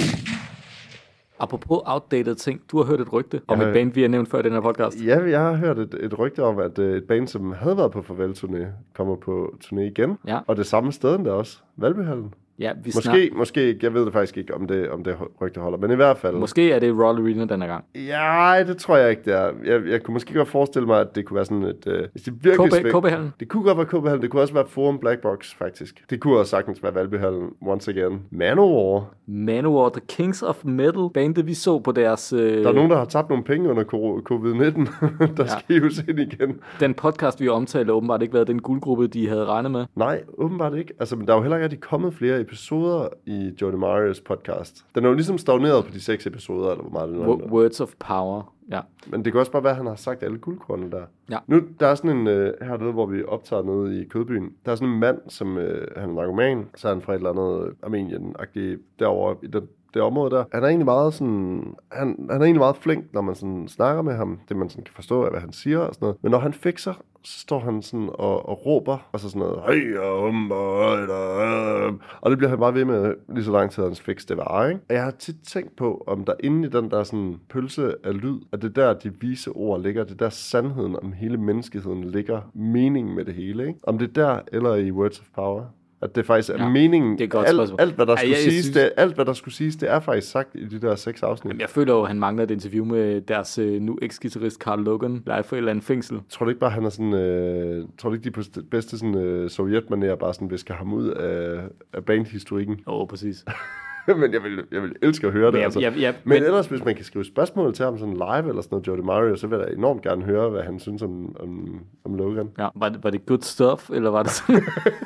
Speaker 2: Apropos outdated ting, du har hørt et rygte om
Speaker 3: Ja.
Speaker 2: et band, vi har nævnt før i den her podcast.
Speaker 3: Ja, jeg har hørt et, et rygte om, at øh, et band, som havde været på farvel-turné, kommer på turné igen.
Speaker 2: Ja.
Speaker 3: Og det samme sted der også. Valbyhallen.
Speaker 2: Ja, vi
Speaker 3: Måske,
Speaker 2: snak...
Speaker 3: måske ikke. Jeg ved det faktisk ikke, om det, om det rygte holder. Men i hvert fald...
Speaker 2: Måske er det Royal Arena den her gang.
Speaker 3: Ja, det tror jeg ikke, det er. Jeg, jeg kunne måske godt forestille mig, at det kunne være sådan et... Øh, hvis det virkelig
Speaker 2: K B,
Speaker 3: sving-
Speaker 2: K B-hallen.
Speaker 3: Det kunne godt være K B-hallen. Det kunne også være Forum Black Box, faktisk. Det kunne også sagtens være Valbyhallen, once again. Manowar.
Speaker 2: Manowar, The Kings of Metal, bandet vi så på deres... Øh...
Speaker 3: Der er nogen, der har tabt nogle penge under covid nitten, der
Speaker 2: Ja.
Speaker 3: skal hives ind igen.
Speaker 2: Den podcast, vi omtalte, åbenbart ikke været den guldgruppe, de havde regnet med.
Speaker 3: Nej, åbenbart ikke. Altså, men der er jo heller ikke rigtig kommet flere episoder i Johnny Marios podcast. Den er jo ligesom stagneret på de seks episoder, eller hvor meget det nu
Speaker 2: W-
Speaker 3: er.
Speaker 2: Words of Power, ja.
Speaker 3: Men det kan også bare være, at han har sagt alle guldkornene der.
Speaker 2: Ja.
Speaker 3: Nu, der er sådan en, øh, hernede, hvor vi optager nede i Kødbyen, der er sådan en mand, som øh, han er narkoman, så er han fra et eller andet øh, Armenien-agtigt derovre i den, det område der. Han er egentlig meget sådan, han, han er egentlig meget flink, når man sådan snakker med ham, det man sådan kan forstå af, hvad han siger og sådan noget. Men når han fikser, så står han sådan og, og råber, og så sådan noget, hej og hum og høj og og det bliver han bare ved med lige så lang tid, hans fix det var, ikke? Og jeg har tit tænkt på, om der inde i den der sådan pølse af lyd, at det der, de vise ord ligger, det der sandheden om hele menneskeheden ligger, meningen med det hele, ikke? Om det er der, eller i Words of Power. At det faktisk er
Speaker 2: Ja,
Speaker 3: meningen.
Speaker 2: det er et godt
Speaker 3: alt,
Speaker 2: spørgsmål.
Speaker 3: alt, hvad der
Speaker 2: Ej,
Speaker 3: skulle
Speaker 2: jeg- jeg
Speaker 3: siges,
Speaker 2: synes-
Speaker 3: det, alt, hvad der skulle siges, det er faktisk sagt i de der seks afsnit.
Speaker 2: Jamen, jeg føler jo, at han mangler et interview med deres øh, nu eks-guitarist Carl Logan, live for et eller andet fængsel.
Speaker 3: Tror du ikke bare, han er sådan... Øh, tror du ikke, de på st- bedste sådan, øh, sovjetmanér bare sådan visker ham ud af, af bandhistorikken?
Speaker 2: Åh, oh, præcis.
Speaker 3: Men jeg vil, jeg vil elske at høre det.
Speaker 2: Men,
Speaker 3: altså.
Speaker 2: jeg, jeg,
Speaker 3: Men
Speaker 2: men,
Speaker 3: ellers, hvis man kan skrive spørgsmål til ham sådan live eller sådan noget, Jody Mario, så vil jeg da enormt gerne høre, hvad han synes om, om, om Logan.
Speaker 2: ja, var, det, var det good stuff, eller var det sådan?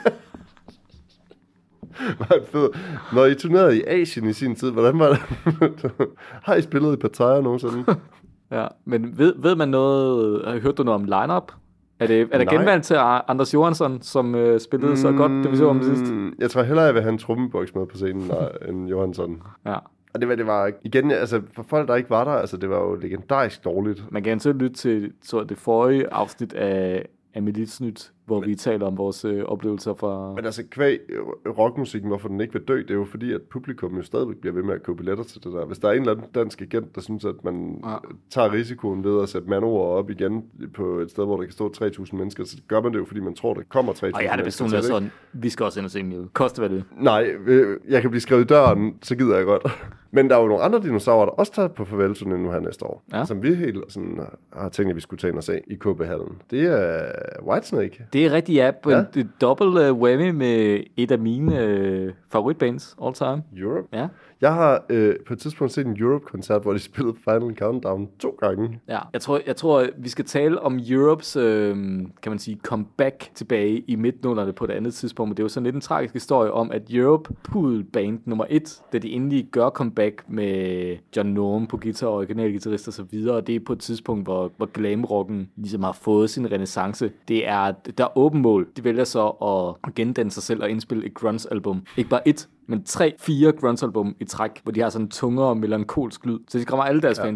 Speaker 3: Var det fedt. Når I turnerede i Asien i sin tid, hvordan var det? Har I spillet i Pattaya nogensinde?
Speaker 2: Ja, men ved, ved man noget, har I hørt du noget om line-up? Er det, er det
Speaker 3: Nej.
Speaker 2: genvalgt til Anders Johansson, som øh, spillede så godt, det vi så om det sidste?
Speaker 3: Mm, Jeg tror hellere, jeg vil have en trommeboks med på scenen, der, end Johansson.
Speaker 2: Ja.
Speaker 3: Og det var, det var igen, altså for folk, der ikke var der, altså det var jo legendarisk dårligt.
Speaker 2: Man kan altid lytte til så det forrige afsnit af, af Militsnyt, hvor men, vi taler om vores øh, oplevelser fra...
Speaker 3: Men altså kvæg øh, rockmusikken, hvorfor den ikke vil dø, det er jo fordi, at publikum jo stadigvæk bliver ved med at købe billetter til det der. Hvis der er en eller anden dansk agent, der synes, at man
Speaker 2: Ja.
Speaker 3: tager risikoen ved at sætte Manowar op igen på et sted, hvor der kan stå tre tusind mennesker, så gør man det jo, fordi man tror, der kommer tre tusind
Speaker 2: Og jeg har det
Speaker 3: mennesker
Speaker 2: personligt
Speaker 3: til det,
Speaker 2: sådan, vi skal også ind og se Mule. Koste hvad det er.
Speaker 3: Nej, øh, jeg kan blive skrevet i døren, så gider jeg godt. Men der er jo nogle andre dinosaurer, der også tager på farvelturné nu her næste år.
Speaker 2: Ja.
Speaker 3: Som vi helt sådan har tænkt, at vi skulle tage ind og se i K B-hallen. Det er Whitesnake.
Speaker 2: Det er rigtig ja, på
Speaker 3: Ja.
Speaker 2: ja. en dobbelt uh, whammy med et af mine uh, favoritbands all time.
Speaker 3: Europe.
Speaker 2: Ja.
Speaker 3: Jeg har øh, på et tidspunkt set en Europe-koncert, hvor de spillede Final Countdown to gange.
Speaker 2: Ja, jeg tror, jeg tror, vi skal tale om Europes, øh, kan man sige, comeback tilbage i midt-nullerne på et andet tidspunkt. Men det er jo sådan lidt en tragisk historie om, at Europe pullede band nummer et, da de endelig gør comeback med John Norum på guitar og originalgitarrist og så videre. Og det er på et tidspunkt, hvor, hvor glamrocken ligesom har fået sin renaissance. Det er, der er åben mål. De vælger så at gendanne sig selv og indspille et grunge-album. Ikke bare et, men tre, fire grunge-album i træk, hvor de har sådan en tungere, melankolsk lyd. Så de skræmmer alle deres ja. fans væk.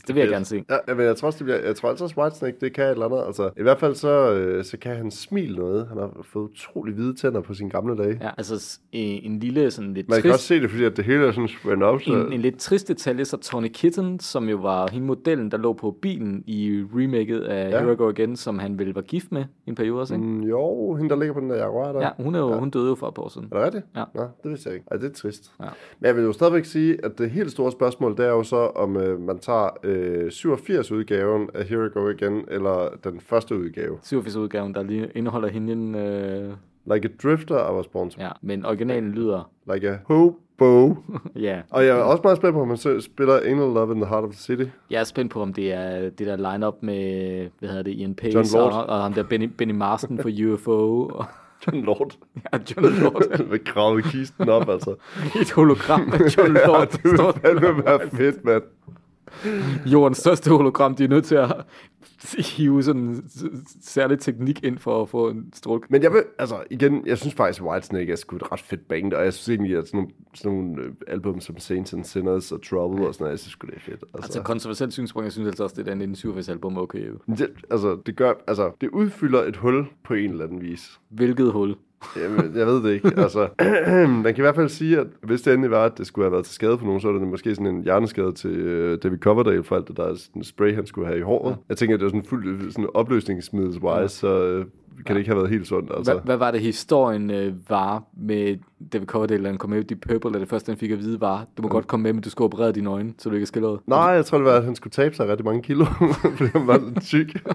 Speaker 2: Det vil jeg gerne se.
Speaker 3: Ja, men jeg tror også, det bliver, jeg tror altså, at Whitesnake, det kan et eller andet. Altså, i hvert fald så, øh, så kan han smile noget. Han har fået utrolig hvide tænder på sine gamle dage.
Speaker 2: Ja, altså en, en lille sådan lidt
Speaker 3: Man
Speaker 2: trist...
Speaker 3: kan også se det, fordi at det hele er sådan spændt op. Så...
Speaker 2: En, en lidt trist detalje, så Tawny Kitten, som jo var hende modellen, der lå på bilen i remaket af ja. Here I Go Again, som han vel var gift med i en periode også, ikke?
Speaker 3: Mm, jo, hende der ligger på den der Jaguar der.
Speaker 2: Ja, hun, er jo,
Speaker 3: ja.
Speaker 2: hun døde jo for et par år siden.
Speaker 3: Er det rigtigt?
Speaker 2: Ja.
Speaker 3: Nå, det vidste jeg ikke. Ej, det er trist.
Speaker 2: Ja.
Speaker 3: Men jeg vil jo stadigvæk sige, at det helt store spørgsmål, det er jo så, om øh, man tager øh, syvogfirs-udgaven af Here I Go Again, eller den første udgave.
Speaker 2: syvogfirs-udgaven, der lige indeholder hende... Øh...
Speaker 3: Like a drifter, I was born to.
Speaker 2: Ja, men originalen lyder...
Speaker 3: Like a hobo.
Speaker 2: Ja.
Speaker 3: Og jeg er også meget spændt på, om man så spiller Ain't No Love in the Heart of the City.
Speaker 2: Jeg er spændt på, om det er det der line-up med, hvad hedder det, Ian Pace
Speaker 3: John Lord.
Speaker 2: og, og ham der Benny, Benny Marsden for U F O. Og...
Speaker 3: John Lord.
Speaker 2: Ja, John Lord.
Speaker 3: Med kravet kisten op, altså.
Speaker 2: Et hologram med John Lord.
Speaker 3: Ja, det ville fandme være fedt, mand.
Speaker 2: Jordens største hologram, de er nødt til at hive sådan en særlig teknik ind for at få en stråle.
Speaker 3: Men jeg vil, altså igen, jeg synes faktisk, at Whitesnake er sgu et ret fedt band, og jeg synes egentlig, at sådan nogle, sådan nogle album som Saints and Sinners og Trouble og sådan noget, jeg synes sgu, det er fedt. Altså,
Speaker 2: altså kontroversielt synspunkt, jeg synes altså også, det der nitten syvogfirs album er okay.
Speaker 3: Det, altså, det gør, altså, det udfylder et hul på en eller anden vis.
Speaker 2: Hvilket hul?
Speaker 3: Jamen, jeg ved det ikke. Altså, man kan i hvert fald sige, at hvis det endelig var, at det skulle have været til skade for nogen, så er det måske sådan en hjerneskade til uh, David Coverdale for alt det der sådan spray, han skulle have i håret. Ja. Jeg tænker, at det var sådan fuldt sådan opløsningsmiddels-wise, ja. så uh, kan ja. det ikke have været helt sundt. Altså.
Speaker 2: Hvad, hvad var det, historien uh, var med David Coverdale, da han kom med i Deep Purple, da det første, han fik at vide, var, du må mm. godt komme med, men du skal operere dine øjne, så du ikke er skildret?
Speaker 3: Nej, jeg tror, det var, at han skulle tabe sig rigtig mange kilo, fordi han var lidt tyk.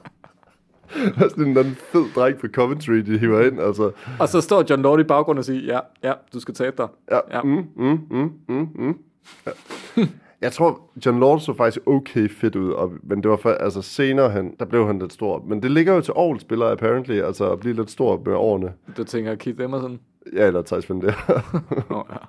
Speaker 3: Der er sådan en anden fed dreng på Coventry, de hiver ind, altså.
Speaker 2: Og så står John Lord i baggrunden og siger, ja, ja, du skal tabe dig.
Speaker 3: Ja, ja. Mm, mm, mm, mm, mm. Ja. Jeg tror, John Lord så faktisk okay fedt ud, og, men det var for, altså senere, han, der blev han lidt stor. Men det ligger jo til orgelspillere, apparently, altså at blive lidt stor med årene.
Speaker 2: Du tænker Keith Emerson?
Speaker 3: Ja, eller Thijs Van Der.
Speaker 2: oh, ja.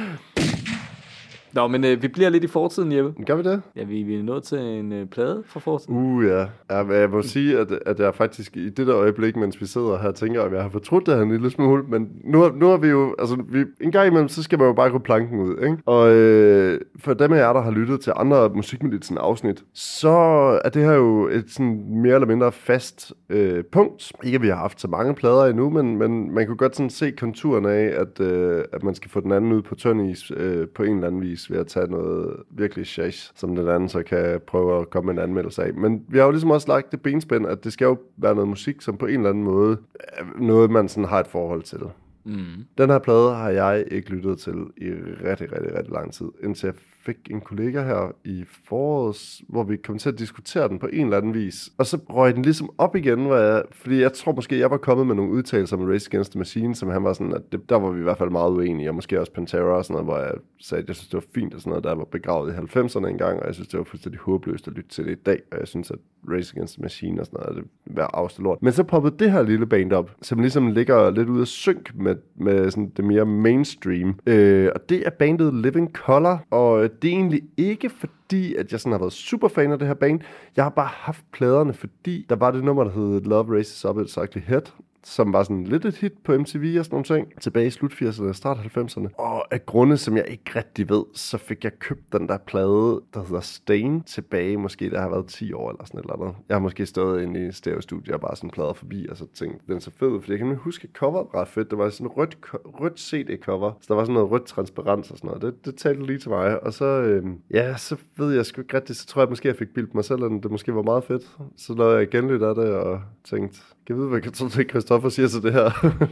Speaker 2: Nå, men øh, vi bliver lidt i fortiden, Jeppe.
Speaker 3: Gør vi det?
Speaker 2: Ja, vi, vi er nået til en øh, plade fra fortiden.
Speaker 3: Uh, ja. ja jeg må sige, at, at jeg faktisk i det der øjeblik, mens vi sidder her, tænker, at jeg har fortrudt det her en lille smule, men nu, nu har vi jo, altså vi, en gang imellem, så skal man jo bare gå planken ud, ikke? Og øh, for dem af jer, der har lyttet til andre Musikmedicin afsnit, så er det her jo et sådan mere eller mindre fast øh, punkt. Ikke at vi har haft så mange plader endnu, men, men man kunne godt sådan se konturen af, at, øh, at man skal få den anden ud på tynd is øh, på en eller anden vis, ved at tage noget virkelig shash, som den anden så kan prøve at komme med en anmeldelse af. Men vi har jo ligesom også lagt det benspænd, at det skal jo være noget musik, som på en eller anden måde er noget, man sådan har et forhold til.
Speaker 2: Mm.
Speaker 3: Den her plade har jeg ikke lyttet til i rigtig, rigtig, rigtig lang tid, indtil jeg fik en kollega her i foråret, hvor vi kom til at diskutere den på en eller anden vis. Og så røg den ligesom op igen, hvor jeg, fordi jeg tror måske, jeg var kommet med nogle udtalelser med Rage Against the Machine, som han var sådan, at det, der var vi i hvert fald meget uenige, og måske også Pantera og sådan noget, hvor jeg sagde, at jeg synes, det var fint og sådan noget, der var begravet i halvfemserne engang, og jeg synes, det var fuldstændig håbløst at lytte til det i dag, og jeg synes, at Rage Against the Machine og sådan noget, det var afsted lort. Men så poppede det her lille band op, som ligesom ligger lidt ude af synk med, med sådan det mere mainstream, øh, og det er bandet Living Colour, og det er egentlig ikke fordi, at jeg sådan har været super fan af det her band. Jeg har bare haft pladerne, fordi der var det nummer, der hed Love Raises Up Its Ugly Head, som var sådan lidt et hit på M T V og sådan nogle ting, tilbage i slut firserne og start halvfemserne. Og af grunde, som jeg ikke rigtig ved, så fik jeg købt den der plade, der hedder Stain, tilbage, måske der har været ti år eller sådan et eller andet. Jeg har måske stået inde i stereostudiet og bare sådan plader forbi, og så tænkte, den er så fed, fordi jeg kan huske, at coveret ret fedt. Det var sådan et rødt, rødt C D-cover, så der var sådan noget rødt transparens og sådan noget. Det, det talte lige til mig, og så, øhm, ja, så ved jeg sgu ikke rigtigt, så tror jeg måske, jeg fik bildt mig selv, at det måske var meget fedt. Så lavede jeg igen lidt af det, og tænkte, kan jeg vide, hvad Christoffer siger til det her?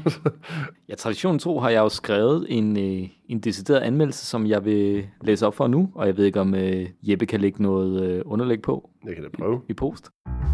Speaker 2: Ja, traditionen tro har jeg jo skrevet en, øh, en decideret anmeldelse, som jeg vil læse op for nu, og jeg ved ikke, om øh, Jeppe kan lægge noget øh, underlæg på.
Speaker 3: Jeg kan da prøve.
Speaker 2: I post.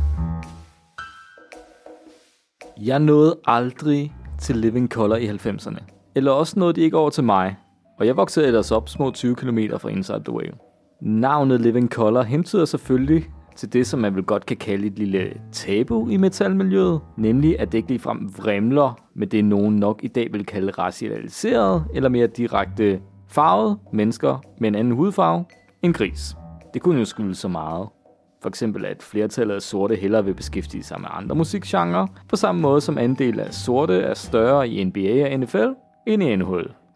Speaker 2: Jeg nåede aldrig til Living Colour i halvfemserne. Eller også nåede de ikke over til mig, og jeg voksede ellers op små tyve kilometer fra Inside the Wave. Navnet Living Colour hentyder selvfølgelig til det, som man vel godt kan kalde et lille tabu i metalmiljøet, nemlig at det ikke ligefrem vrimler med det, nogen nok i dag vil kalde racialiseret, eller mere direkte farvede mennesker med en anden hudfarve end gris. Det kunne jo skyldes så meget. For eksempel at flertallet af sorte hellere vil beskæftige sig med andre musikgenrer, på samme måde som andel af sorte er større i N B A og N F L end i N H L.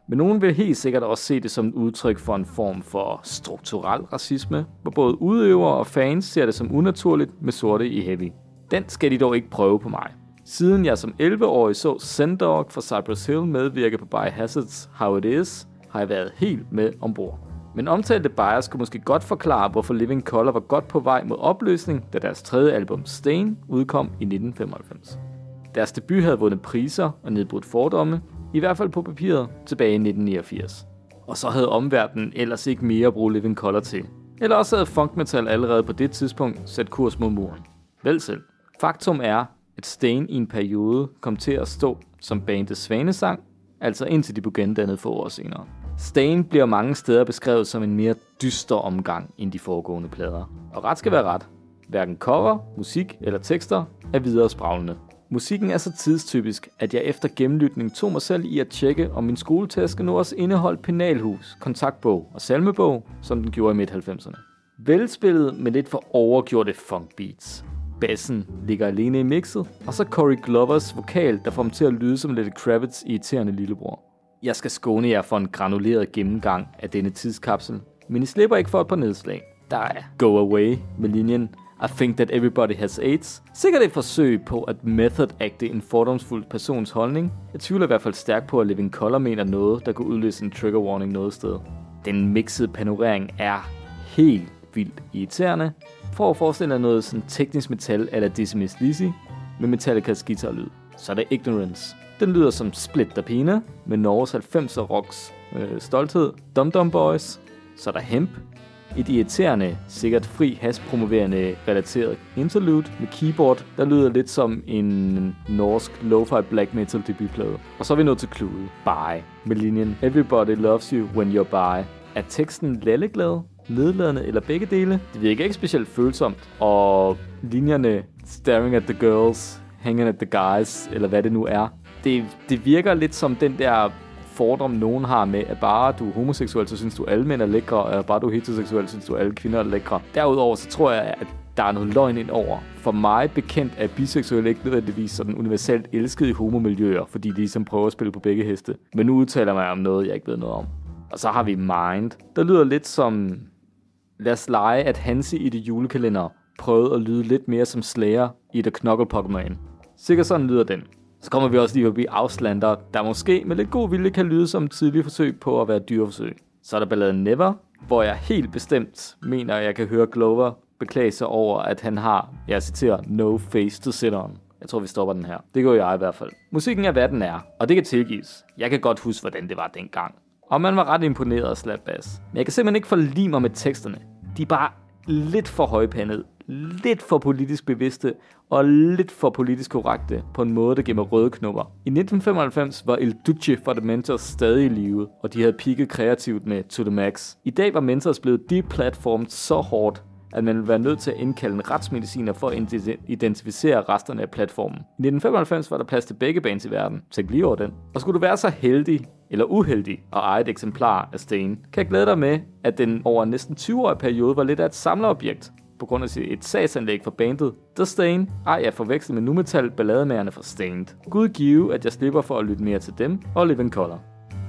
Speaker 2: Men nogen vil helt sikkert også se det som et udtryk for en form for strukturel racisme, hvor både udøvere og fans ser det som unaturligt med sorte i heavy. Den skal de dog ikke prøve på mig. Siden jeg som elleve-årig så Sendog fra Cypress Hill medvirke på Biohazard's How It Is, har jeg været helt med ombord. Men omtalte bias skulle måske godt forklare, hvorfor Living Colour var godt på vej mod opløsning, da deres tredje album Stain udkom i nitten femoghalvfems. Deres debut havde vundet priser og nedbrudt fordomme, i hvert fald på papiret, tilbage i nitten niogfirs. Og så havde omverdenen ellers ikke mere at bruge Living Colour til. Eller også havde funk metal allerede på det tidspunkt sat kurs mod muren. Vel selv. Faktum er, at Stain i en periode kom til at stå som bandets svanesang, altså indtil de blev gendannet få år senere. Stain bliver mange steder beskrevet som en mere dyster omgang end de foregående plader. Og ret skal være ret. Hverken cover, musik eller tekster er videre spraglende. Musikken er så tidstypisk, at jeg efter gennemlytning tog mig selv i at tjekke, om min skoletaske nu også indeholdt penalhus, kontaktbog og salmebog, som den gjorde i midt halvfemserne. Velspillet med lidt for overgjorte funk beats. Bassen ligger alene i mixet, og så Corey Glovers vokal, der får dem til at lyde som Lenny Kravitz irriterende lillebror. Jeg skal skåne jer for en granuleret gennemgang af denne tidskapsel, men I slipper ikke for et par nedslag. Der er Go Away med linjen I think that everybody has AIDS. Sikkert et forsøg på at method-acte en fordomsfuld persons holdning. Jeg tvivler i hvert fald stærkt på, at Living Colour mener noget, der kunne udløse en trigger warning noget sted. Den mixede panorering er helt vildt irriterende. For at forestille dig noget sådan teknisk metal eller Dizzy Miss Lizzy med Metallicas guitarlyd. Så er der Ignorance. Den lyder som Split the Pina med Norges halvfemser rocks øh, stolthed. Dum Dum Boys. Så er der Hemp. Et irriterende, sikkert fri haspromoverende relateret interlude med keyboard, der lyder lidt som en norsk lo-fi black metal debutplade. Og så er vi nået til cluet. Bye. Med linjen Everybody loves you when you're by. Er teksten lalleglad, nedladende eller begge dele? Det virker ikke specielt følsomt. Og linjerne staring at the girls, hanging at the guys, eller hvad det nu er. Det, det virker lidt som den der fordom, nogen har med, at bare du er homoseksuel, så synes du alle mænd er lækre, og bare du er heteroseksuel, så synes du alle kvinder er lækre. Derudover så tror jeg, at der er noget løgn ind over. For mig bekendt er biseksuelle ikke nødvendigvis sådan universelt elsket i homomiljøer, fordi de ligesom prøver at spille på begge heste. Men nu udtaler jeg mig om noget, jeg ikke ved noget om. Og så har vi Mind, der lyder lidt som, lad os lege, at Hansi i det julekalender prøvede at lyde lidt mere som Slayer i The Knuckle Pokémon. Sikkert sådan lyder den. Så kommer vi også lige forbi Auslander, der måske med lidt god vilje kan lyde som et tidligt forsøg på at være dyreforsøg. Så er der balladen Never, hvor jeg helt bestemt mener, at jeg kan høre Glover beklage sig over, at han har, jeg citerer, no face to sit on. Jeg tror, vi stopper den her. Det gør jeg i hvert fald. Musikken er, hvad den er, og det kan tilgives. Jeg kan godt huske, hvordan det var dengang. Og man var ret imponeret af slap bass. Men jeg kan simpelthen ikke forlige mig med teksterne. De er bare lidt for højpandede, lidt for politisk bevidste og lidt for politisk korrekte på en måde, der giver mig røde knopper. I nitten femoghalvfems var El Duce fra The Mentors stadig i live, og de havde peaket kreativt med To The Max. I dag var Mentors blevet deplatformet så hårdt, at man ville være nødt til at indkalde en retsmediciner for at identificere resterne af platformen. I nitten femoghalvfems var der plads til begge bands i verden. Tænk lige over den. Og skulle du være så heldig eller uheldig at eje et eksemplar af Stain, kan jeg glæde dig med, at den over en næsten tyve-årig periode var lidt af et samlerobjekt på grund af et sagsanlæg for bandet The Stain. Ej, jeg forveksler med nu-metal ballademagerne fra Stained. Gud give, at jeg slipper for at lytte mere til dem og Living Colour.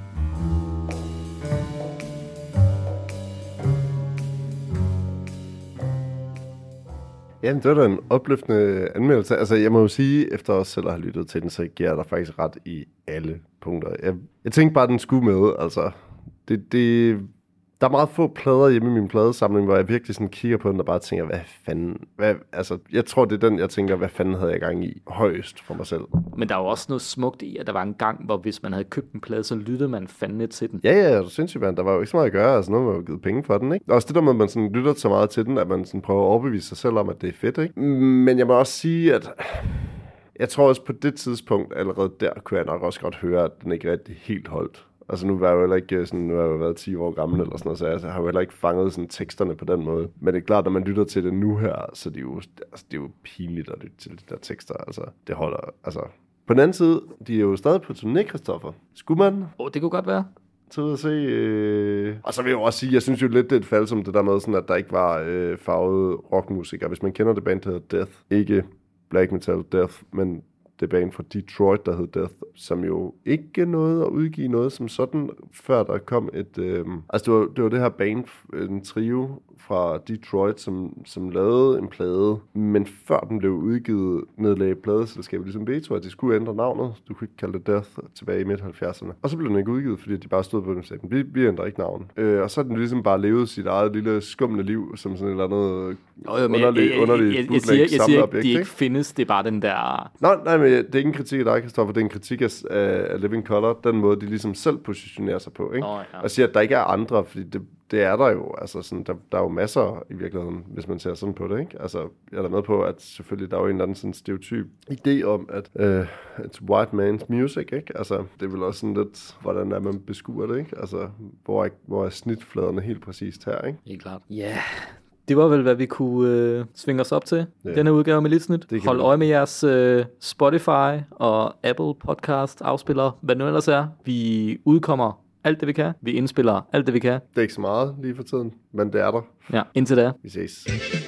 Speaker 3: Ja, det var da en opløftende anmeldelse. Altså, jeg må jo sige, efter også selv at have lyttet til den, så giver jeg dig faktisk ret i alle punkter. Jeg, jeg tænkte bare, at den skulle med, altså. Det, det, der er meget få plader hjemme i min pladesamling, hvor jeg virkelig sådan kigger på den og bare tænker, hvad fanden? Hvad, altså, jeg tror, det er den, jeg tænker, hvad fanden havde jeg gang i højst for mig selv.
Speaker 2: Men der er jo også noget smukt i, at der var en gang, hvor hvis man havde købt en plade, så lyttede man fandme til den.
Speaker 3: Ja, ja, det er sindssygt, man. Der var jo ikke så meget at gøre, altså noget, man jo givet penge for den, ikke? Også det der med, at man sådan lytter så meget til den, at man sådan prøver at overbevise sig selv om, at det er fedt, ikke? Men jeg må også sige, at jeg tror også på det tidspunkt, allerede der, kunne jeg nok også godt høre, at den ikke rigtig helt holdt. Altså nu var jeg jo heller ikke sådan, nu har jeg jo været ti år gammel eller sådan noget, så jeg har jo heller ikke fanget sådan teksterne på den måde. Men det er klart, når man lytter til det nu her, så det er jo, altså, det er jo pinligt at lytte til de der tekster, altså det holder, altså. På den anden side, de er jo stadig på turné, Christoffer. Skulle man?
Speaker 2: Åh, oh, det kunne godt være.
Speaker 3: Til at se, øh... og så vil jeg jo også sige, jeg synes jo lidt, det er et fald som det der med, sådan, at der ikke var øh, farvede rockmusikere. Hvis man kender det band, der hedder Death, ikke black metal Death, men det band fra Detroit, der hed Death, som jo ikke nåede at udgive noget som sådan, før der kom et... Øh, altså, det var, det var det her band, en trio fra Detroit, som, som lavede en plade, men før den blev udgivet, nedlagde pladeselskabet ligesom veto, at de skulle ændre navnet. Du kunne ikke kalde det Death tilbage i midt halvfjerdserne. Og så blev den ikke udgivet, fordi de bare stod på den og sagde, vi, vi ændrer ikke navn. Øh, og så har den ligesom bare levet sit eget lille skumle liv, som sådan et eller andet
Speaker 2: jo, jo,
Speaker 3: underligt
Speaker 2: jeg, jeg, jeg, siger, jeg siger ikke, de ikke findes, det er bare den der...
Speaker 3: Nej, nej, men det er ikke en kritik af dig, Kristoffer, det er en kritik af, af Living Colour, den måde, de ligesom selv positionerer sig på, ikke?
Speaker 2: Oh, ja.
Speaker 3: Og siger, at der ikke er andre, fordi det, det er der jo, altså sådan, der, der er jo masser i virkeligheden, hvis man ser sådan på det, ikke? Altså, jeg er da med på, at selvfølgelig, der er jo en eller anden sådan stereotyp idé om, at uh, it's white man's music, ikke? Altså, det er vel også sådan lidt, hvordan er man beskuer det, ikke? Altså, hvor er, hvor er snitfladerne helt præcist her, ikke?
Speaker 2: Helt klart. Ja, yeah. Det var vel, hvad vi kunne øh, svinge os op til, yeah. Denne udgave med Militsnyt. Hold øje med jeres øh, Spotify og Apple podcast afspiller, hvad nu ellers er. Vi udkommer alt det, vi kan. Vi indspiller alt det, vi kan.
Speaker 3: Det er ikke så meget lige for tiden, men det er der.
Speaker 2: Ja, indtil da.
Speaker 3: Vi ses.